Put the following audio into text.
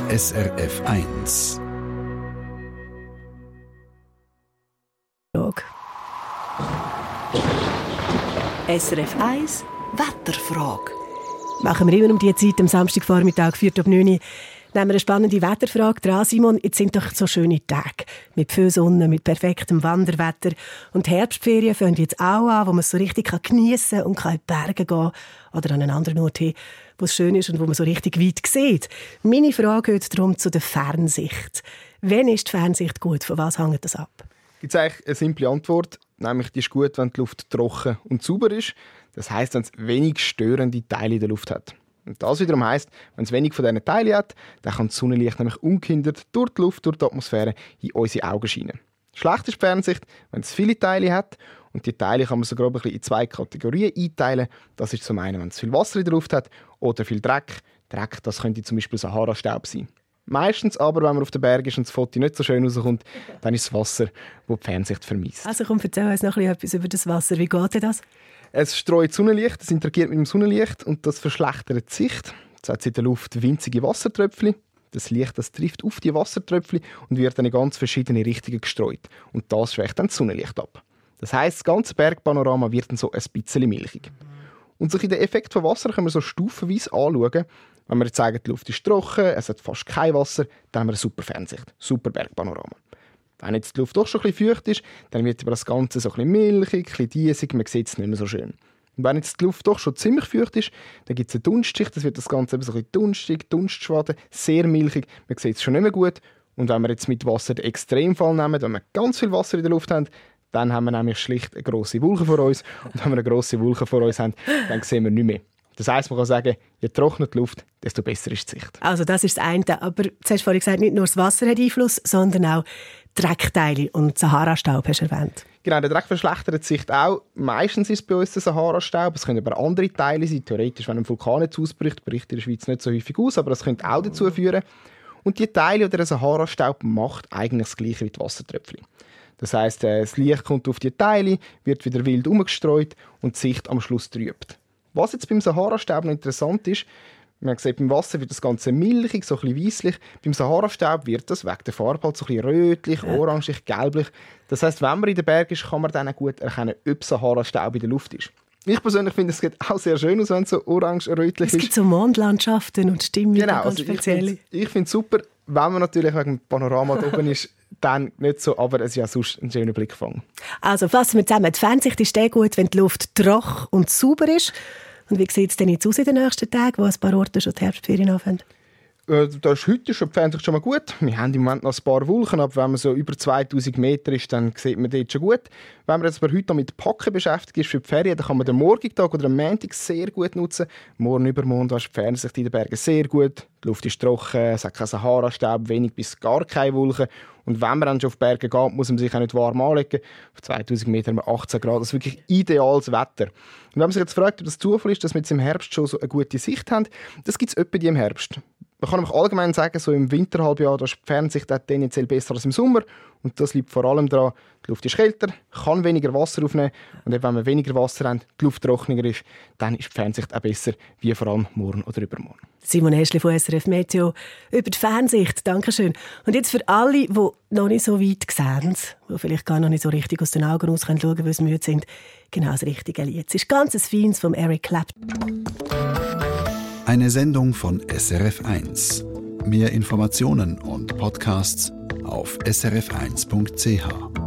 SRF 1. SRF 1 Wetterfrage. Machen wir immer um diese Zeit am Samstagvormittag, 4:09 Uhr. Nehmen wir eine spannende Wetterfrage dran. Simon, jetzt sind doch so schöne Tage. Mit viel Sonne, mit perfektem Wanderwetter. Und die Herbstferien fangen jetzt auch an, wo man es so richtig geniessen kann und in die Berge gehen oder an einen anderen Ort hin, wo es schön ist und wo man so richtig weit sieht. Meine Frage geht darum zu der Fernsicht. Wann ist die Fernsicht gut? Von was hängt das ab? Gibt es eigentlich eine simple Antwort, nämlich die ist gut, wenn die Luft trocken und sauber ist. Das heisst, wenn es wenig störende Teile in der Luft hat. Und das wiederum heisst, wenn es wenig von diesen Teilen hat, dann kann das Sonnenlicht nämlich ungehindert durch die Luft, durch die Atmosphäre in unsere Augen scheinen. Schlecht ist die Fernsicht, wenn es viele Teile hat. Und die Teile kann man so grob ein bisschen in 2 Kategorien einteilen. Das ist zum einen, wenn es viel Wasser in der Luft hat oder viel Dreck. Dreck, das könnte zum Beispiel Sahara-Staub sein. Meistens aber, wenn man auf den Berg ist und das Foto nicht so schön rauskommt, dann ist es Wasser, das die Fernsicht vermisst. Also komm, erzähl uns noch etwas über das Wasser. Wie geht das? Es streut Sonnenlicht, es interagiert mit dem Sonnenlicht und das verschlechtert die Sicht. Es hat in der Luft winzige Wassertröpfchen. Das Licht das trifft auf die Wassertröpfchen und wird dann in ganz verschiedene Richtungen gestreut. Und das schwächt dann das Sonnenlicht ab. Das heisst, das ganze Bergpanorama wird dann so ein bisschen milchig. Und sich den Effekt von Wasser können wir so stufenweise anschauen. Wenn wir jetzt sagen, die Luft ist trocken, es hat fast kein Wasser, dann haben wir eine super Fernsicht, super Bergpanorama. Wenn jetzt die Luft doch schon ein bisschen feucht ist, dann wird aber das Ganze so ein bisschen milchig, ein bisschen diesig, man sieht es nicht mehr so schön. Und wenn jetzt die Luft doch schon ziemlich feucht ist, dann gibt es eine Dunstschicht, das wird das Ganze eben so ein bisschen dunstig, Dunstschwaden, sehr milchig, man sieht es schon nicht mehr gut. Und wenn wir jetzt mit Wasser den Extremfall nehmen, wenn wir ganz viel Wasser in der Luft haben, dann haben wir nämlich schlicht eine grosse Wolke vor uns. Und wenn wir eine grosse Wolke vor uns haben, dann sehen wir nichts mehr. Das heisst, man kann sagen, je trockener die Luft, desto besser ist die Sicht. Also das ist das eine. Aber du hast vorhin gesagt, nicht nur das Wasser hat Einfluss, sondern auch Dreckteile und Sahara-Staub hast du erwähnt. Genau, der Dreck verschlechtert die Sicht auch. Meistens ist es bei uns der Sahara-Staub. Es können aber andere Teile sein. Theoretisch, wenn ein Vulkan jetzt ausbricht, bricht in der Schweiz nicht so häufig aus, aber das könnte auch dazu führen. Und die Teile oder der Sahara-Staub macht eigentlich das Gleiche wie die Wassertröpfchen. Das heisst, das Licht kommt auf die Teile, wird wieder wild umgestreut und die Sicht am Schluss trübt. Was jetzt beim Sahara-Staub noch interessant ist, wir haben gesehen, beim Wasser wird das Ganze milchig, so ein bisschen weisslich. Beim Sahara-Staub wird das wegen der Farbe halt so ein bisschen rötlich, orangig, gelblich. Das heisst, wenn man in den Bergen ist, kann man dann auch gut erkennen, ob Sahara-Staub in der Luft ist. Ich persönlich finde, es sieht auch sehr schön aus, wenn es so orange-rötlich ist. Es gibt so Mondlandschaften und Stimmungen, genau, ganz spezielle. Ich finde es super, wenn man natürlich wegen dem Panorama da oben ist, dann nicht so, aber es ist ja sonst ein schöner Blickfang. Also fassen wir zusammen. Die Fernsicht ist dann gut, wenn die Luft trocken und sauber ist. Und wie sieht es denn jetzt aus in den nächsten Tagen, wo ein paar Orte schon die Herbstferien anfangen? Da ist heute schon die Fernsicht schon mal gut. Wir haben im Moment noch ein paar Wolken, aber wenn man so über 2000 Meter ist, dann sieht man dort schon gut. Wenn man jetzt aber heute noch mit Packen beschäftigt ist für die Ferien, dann kann man den Morgentag oder den Montag sehr gut nutzen. Morgen übermorgen ist die Fernsicht in den Bergen sehr gut. Die Luft ist trocken, es hat keinen Sahara-Staub, wenig bis gar keine Wolken. Und wenn man dann schon auf die Berge geht, muss man sich auch nicht warm anlegen. Auf 2000 Meter haben wir 18 Grad. Das ist wirklich ideales Wetter. Und wenn man sich jetzt fragt, ob das Zufall ist, dass wir jetzt im Herbst schon so eine gute Sicht haben, das gibt es etwa die im Herbst. Man kann nämlich allgemein sagen, so im Winterhalbjahr ist die Fernsicht tendenziell besser als im Sommer. Und das liegt vor allem daran, die Luft ist kälter, kann weniger Wasser aufnehmen. Und wenn wir weniger Wasser haben, die Luft trockener ist, dann ist die Fernsicht auch besser, wie vor allem morgen oder übermorgen. Simon Häschli von SRF Meteo über die Fernsicht. Dankeschön. Und jetzt für alle, die noch nicht so weit sehen, die vielleicht gar noch nicht so richtig aus den Augen raus schauen können, weil sie müde sind, genau das richtige Lied. Es ist ganz ein feines von Eric Clapton. Eine Sendung von SRF 1. Mehr Informationen und Podcasts auf srf1.ch.